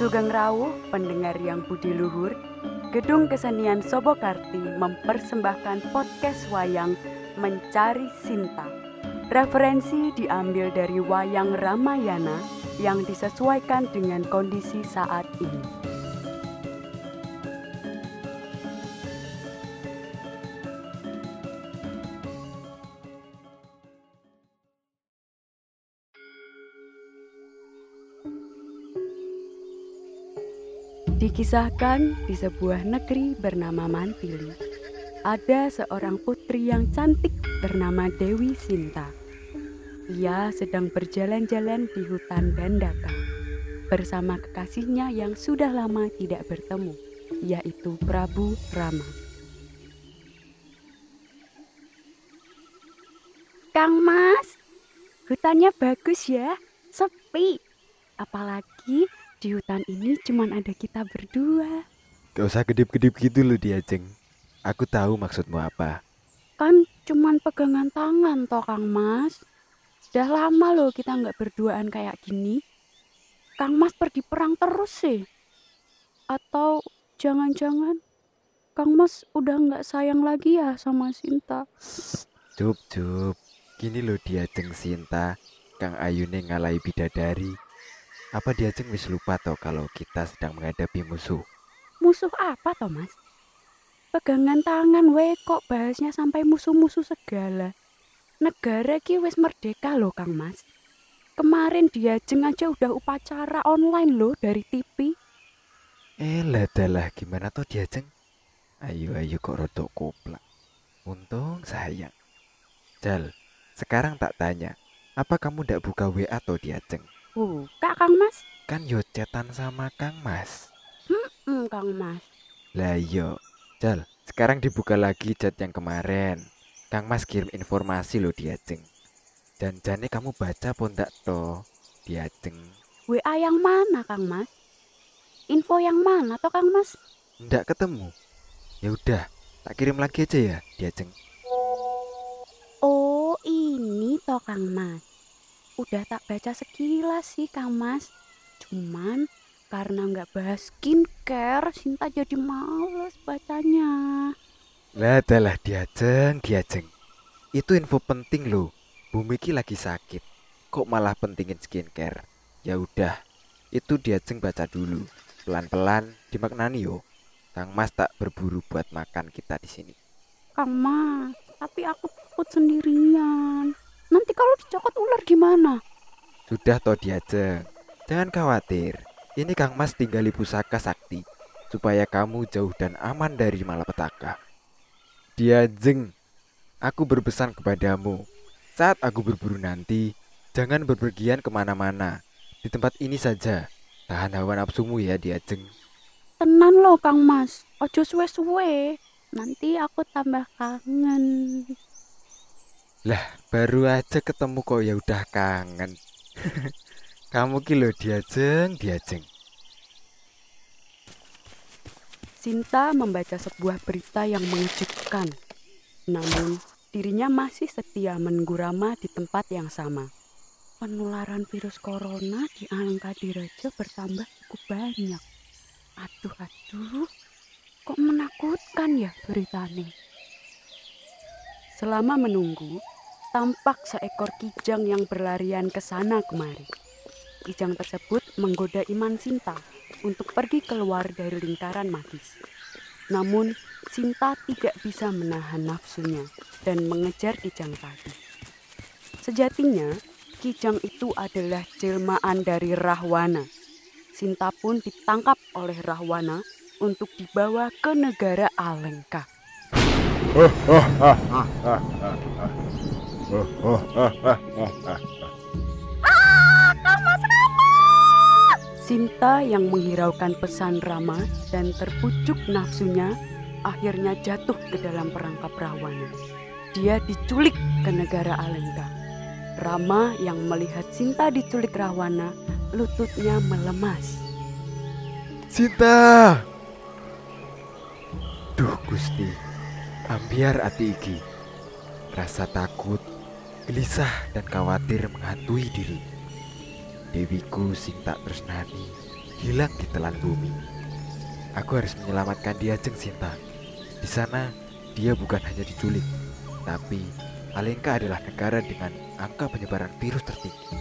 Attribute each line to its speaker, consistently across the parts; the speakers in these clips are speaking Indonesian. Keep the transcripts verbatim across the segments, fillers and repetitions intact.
Speaker 1: Sugeng rawuh pendengar yang budi luhur, Gedung Kesenian Sobokarti mempersembahkan podcast wayang Mencari Sinta. Referensi diambil dari wayang Ramayana yang disesuaikan dengan kondisi saat ini. Dikisahkan di sebuah negeri bernama Mantili, ada seorang putri yang cantik bernama Dewi Sinta. Ia sedang berjalan-jalan di hutan Dandaka bersama kekasihnya yang sudah lama tidak bertemu, yaitu Prabu Rama. Kang Mas, hutannya bagus ya, sepi. Apalagi di hutan ini cuman ada kita berdua.
Speaker 2: Gak usah kedip-kedip gitu loh Diajeng. Aku tahu maksudmu apa.
Speaker 1: Kan cuman pegangan tangan toh Kang Mas. Udah lama loh kita nggak berduaan kayak gini. Kang Mas pergi perang terus sih. Atau jangan-jangan Kang Mas udah nggak sayang lagi ya sama Sinta.
Speaker 2: Cup, cup. Gini loh Diajeng Sinta, Kang Ayune ngalai bidadari. Apa Diajeng wis lupa toh kalau kita sedang menghadapi musuh?
Speaker 1: Musuh apa toh Mas? Pegangan tangan we kok bahasnya sampai musuh-musuh segala. Negara ki wis merdeka loh Kang Mas. Kemarin Diajeng aja udah upacara online loh dari T V.
Speaker 2: Eh lah dalah gimana toh Diajeng? Ayo ayo kok rodok koplak. Untung sayang. Jal, sekarang tak tanya, apa kamu ndak buka W A toh Diajeng?
Speaker 1: Buka Kang Mas.
Speaker 2: Kan yo chatan sama Kang Mas.
Speaker 1: Hmm, Kang Mas.
Speaker 2: Lah yo, Jal, sekarang dibuka lagi chat yang kemarin. Kang Mas kirim informasi loh Diajeng. Dan jane kamu baca pun ndak toh Diajeng?
Speaker 1: W A yang mana Kang Mas? Info yang mana toh Kang Mas?
Speaker 2: Ndak ketemu. Ya udah, tak kirim lagi aja ya Diajeng.
Speaker 1: Oh, ini toh Kang Mas. Udah tak baca sekilas sih Kang Mas. Cuman karena nggak bahas skincare, Sinta jadi males bacanya.
Speaker 2: Lah dalah Diajeng, Diajeng. Itu info penting loh. Bumi ki lagi sakit. Kok malah pentingin skincare? Ya udah, itu Diajeng baca dulu. Pelan-pelan dimaknani yo. Kang Mas tak berburu buat makan kita di sini.
Speaker 1: Kang Mas, tapi aku takut sendirian. Nanti kalau dicokot ular gimana?
Speaker 2: Sudah toh Diajeng. Jangan khawatir. Ini Kang Mas tinggali pusaka sakti supaya kamu jauh dan aman dari malapetaka. Diajeng, aku berpesan kepadamu. Saat aku berburu nanti, jangan berpergian kemana-mana. Di tempat ini saja. Tahan hawa nafsumu ya Diajeng.
Speaker 1: Tenan loh Kang Mas, ojo suwe-suwe. Nanti aku tambah kangen.
Speaker 2: Lah, baru aja ketemu kok ya udah kangen. Kamu ki lho Diajeng, Diajeng.
Speaker 1: Sinta membaca sebuah berita yang mengejutkan. Namun, dirinya masih setia menunggu Rama di tempat yang sama. Penularan virus corona di Alengkadiraja bertambah cukup banyak. Aduh, aduh, kok menakutkan ya beritanya. Selama menunggu, tampak seekor kijang yang berlarian ke sana kemari. Kijang tersebut menggoda Iman Sinta untuk pergi keluar dari lingkaran magis. Namun, Sinta tidak bisa menahan nafsunya dan mengejar kijang tadi. Sejatinya, kijang itu adalah jelmaan dari Rahwana. Sinta pun ditangkap oleh Rahwana untuk dibawa ke negara Alengka. Sinta yang menghiraukan pesan Rama dan terpucuk nafsunya akhirnya jatuh ke dalam perangkap Rahwana. Dia diculik ke negara Alengka. Rama yang melihat Sinta diculik Rahwana, lututnya melemas.
Speaker 2: Sinta! Duh Gusti, ambiar ati iki. Rasa takut, gelisah dan khawatir menghantui diri. Dewiku sing tak tresnani hilang di telan bumi. Aku harus menyelamatkan dia, Jeng Sinta. Di sana, dia bukan hanya diculik, tapi Alengka adalah negara dengan angka penyebaran virus tertinggi.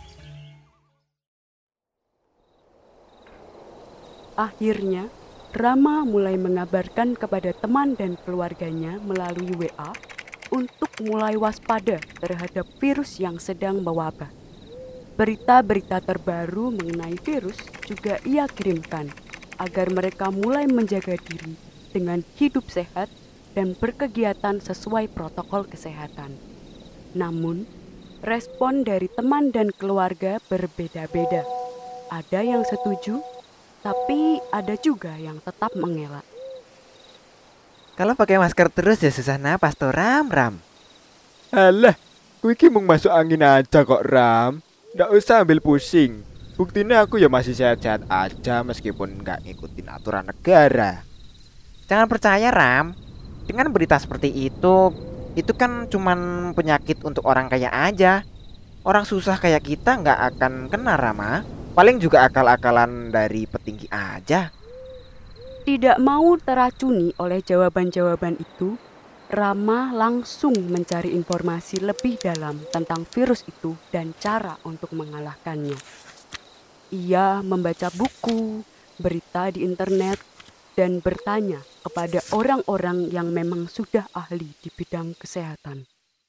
Speaker 1: Akhirnya, Rama mulai mengabarkan kepada teman dan keluarganya melalui W A untuk mulai waspada terhadap virus yang sedang mewabah. Berita-berita terbaru mengenai virus juga ia kirimkan agar mereka mulai menjaga diri dengan hidup sehat dan berkegiatan sesuai protokol kesehatan. Namun, respon dari teman dan keluarga berbeda-beda. Ada yang setuju, tapi ada juga yang tetap mengelak.
Speaker 2: Kalau pakai masker terus ya susah napas toh, Ram, Ram. Alah, kuwi iki mung masuk angin aja kok, Ram. Nggak usah ambil pusing. Buktinya aku ya masih sehat-sehat aja meskipun nggak ngikutin aturan negara. Jangan percaya, Ram. Dengan berita seperti itu, itu kan cuman penyakit untuk orang kaya aja. Orang susah kayak kita nggak akan kena, Rama. Paling juga akal-akalan dari petinggi aja.
Speaker 1: Tidak mau teracuni oleh jawaban-jawaban itu, Rama langsung mencari informasi lebih dalam tentang virus itu dan cara untuk mengalahkannya. Ia membaca buku, berita di internet, dan bertanya kepada orang-orang yang memang sudah ahli di bidang kesehatan.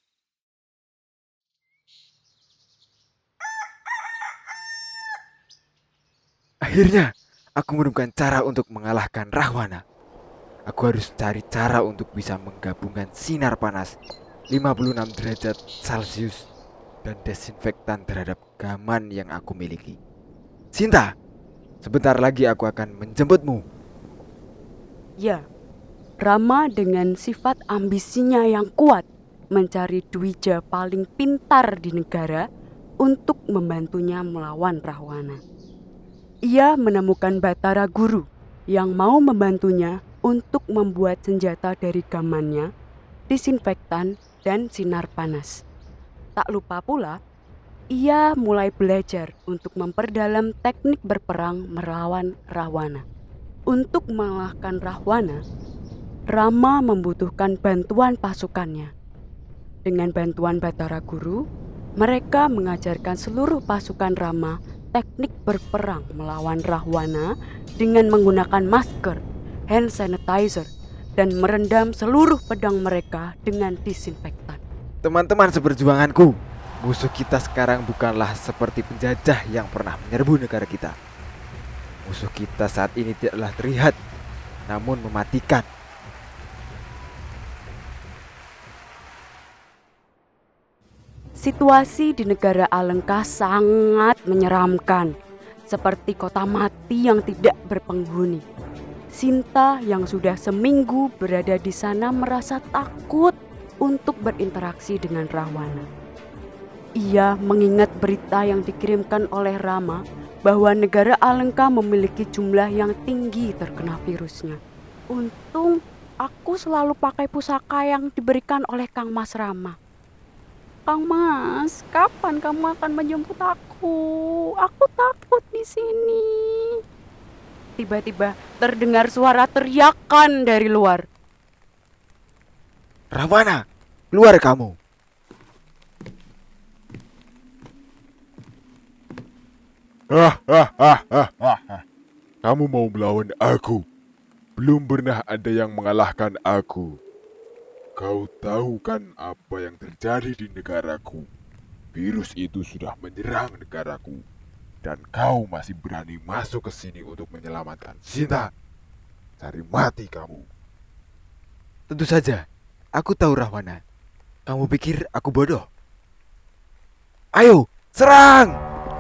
Speaker 2: Akhirnya, aku menemukan cara untuk mengalahkan Rahwana. Aku harus cari cara untuk bisa menggabungkan sinar panas lima puluh enam derajat Celcius dan desinfektan terhadap gaman yang aku miliki. Sinta, sebentar lagi aku akan menjemputmu.
Speaker 1: Ya, Rama dengan sifat ambisinya yang kuat mencari Dwija paling pintar di negara untuk membantunya melawan Rahwana. Ia menemukan Batara Guru yang mau membantunya untuk membuat senjata dari gamannya, disinfektan, dan sinar panas. Tak lupa pula, ia mulai belajar untuk memperdalam teknik berperang melawan Rahwana. Untuk mengalahkan Rahwana, Rama membutuhkan bantuan pasukannya. Dengan bantuan Batara Guru, mereka mengajarkan seluruh pasukan Rama teknik berperang melawan Rahwana dengan menggunakan masker, hand sanitizer, dan merendam seluruh pedang mereka dengan disinfektan.
Speaker 2: Teman-teman seperjuanganku, musuh kita sekarang bukanlah seperti penjajah yang pernah menyerbu negara kita. Musuh kita saat ini tidaklah terlihat, namun mematikan.
Speaker 1: Situasi di negara Alengka sangat menyeramkan, seperti kota mati yang tidak berpenghuni. Sinta yang sudah seminggu berada di sana merasa takut untuk berinteraksi dengan Rahwana. Ia mengingat berita yang dikirimkan oleh Rama bahwa negara Alengka memiliki jumlah yang tinggi terkena virusnya. Untung aku selalu pakai pusaka yang diberikan oleh Kang Mas Rama. Kang Mas, kapan kamu akan menjemput aku? Aku takut di sini. Tiba-tiba terdengar suara teriakan dari luar.
Speaker 2: Rahwana, keluar kamu.
Speaker 3: Hahaha, kamu mau melawan aku? Belum pernah ada yang mengalahkan aku. Kau tahu kan apa yang terjadi di negaraku? Virus itu sudah menyerang negaraku. Dan kau masih berani masuk ke sini untuk menyelamatkan Sinta. Cari mati kamu.
Speaker 2: Tentu saja, aku tahu Rahwana. Kamu pikir aku bodoh? Ayo, serang!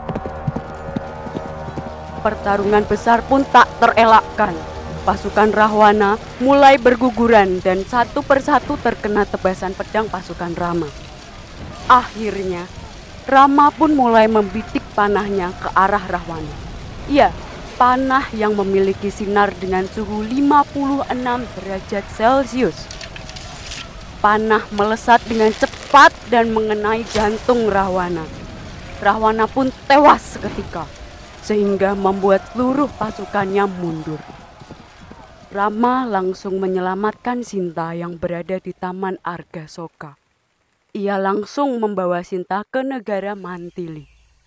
Speaker 1: Pertarungan besar pun tak terelakkan. Pasukan Rahwana mulai berguguran dan satu persatu terkena tebasan pedang pasukan Rama. Akhirnya, Rama pun mulai membidik panahnya ke arah Rahwana. Ya, panah yang memiliki sinar dengan suhu lima puluh enam derajat Celcius. Panah melesat dengan cepat dan mengenai jantung Rahwana. Rahwana pun tewas seketika. sehingga membuat seluruh pasukannya mundur. Rama langsung menyelamatkan Sinta yang berada di Taman Argasoka. Ia langsung membawa Sinta ke negara Mantili.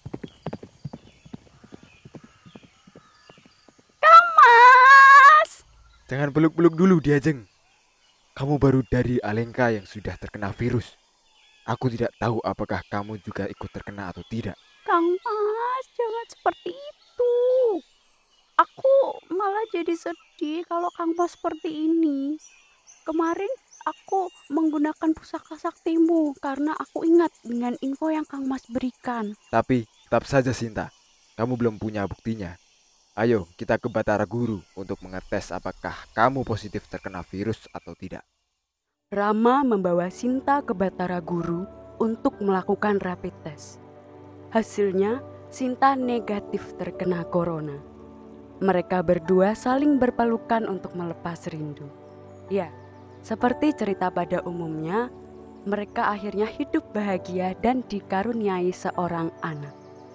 Speaker 1: Kang Mas!
Speaker 2: Jangan peluk-peluk dulu dia, Jeng. Kamu baru dari Alengka yang sudah terkena virus. Aku tidak tahu apakah kamu juga ikut terkena atau tidak.
Speaker 1: Kang Mas, jangan seperti itu. Aku malah jadi sedih kalau Kang Mas seperti ini. Kemarin aku menggunakan pusaka saktimu karena aku ingat dengan info yang Kang Mas berikan.
Speaker 2: Tapi tetap saja Sinta, kamu belum punya buktinya. Ayo kita ke Batara Guru untuk mengetes apakah kamu positif terkena virus atau tidak.
Speaker 1: Rama membawa Sinta ke Batara Guru untuk melakukan rapid test. Hasilnya, Sinta negatif terkena corona. Mereka berdua saling berpelukan untuk melepas rindu. Ya, seperti cerita pada umumnya, mereka akhirnya hidup bahagia dan dikaruniai seorang anak.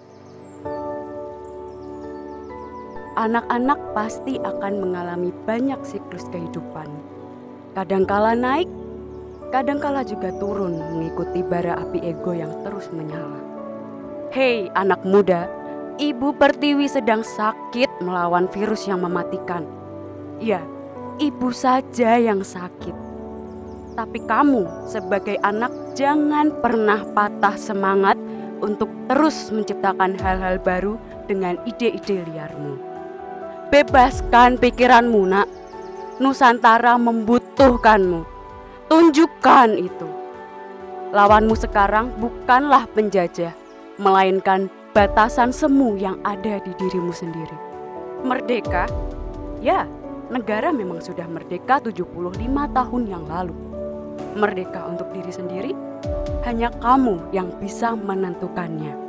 Speaker 1: Anak-anak pasti akan mengalami banyak siklus kehidupan. Kadangkala naik, kadangkala juga turun mengikuti bara api ego yang terus menyala. Hei anak muda, Ibu Pertiwi sedang sakit melawan virus yang mematikan. Ya, ibu saja yang sakit. Tapi kamu sebagai anak jangan pernah patah semangat untuk terus menciptakan hal-hal baru dengan ide-ide liarmu. Bebaskan pikiranmu, nak. Nusantara membutuhkanmu. Tunjukkan itu. Lawanmu sekarang bukanlah penjajah, melainkan batasan semu yang ada di dirimu sendiri. Merdeka? Ya, negara memang sudah merdeka tujuh puluh lima tahun yang lalu. Merdeka untuk diri sendiri, hanya kamu yang bisa menentukannya.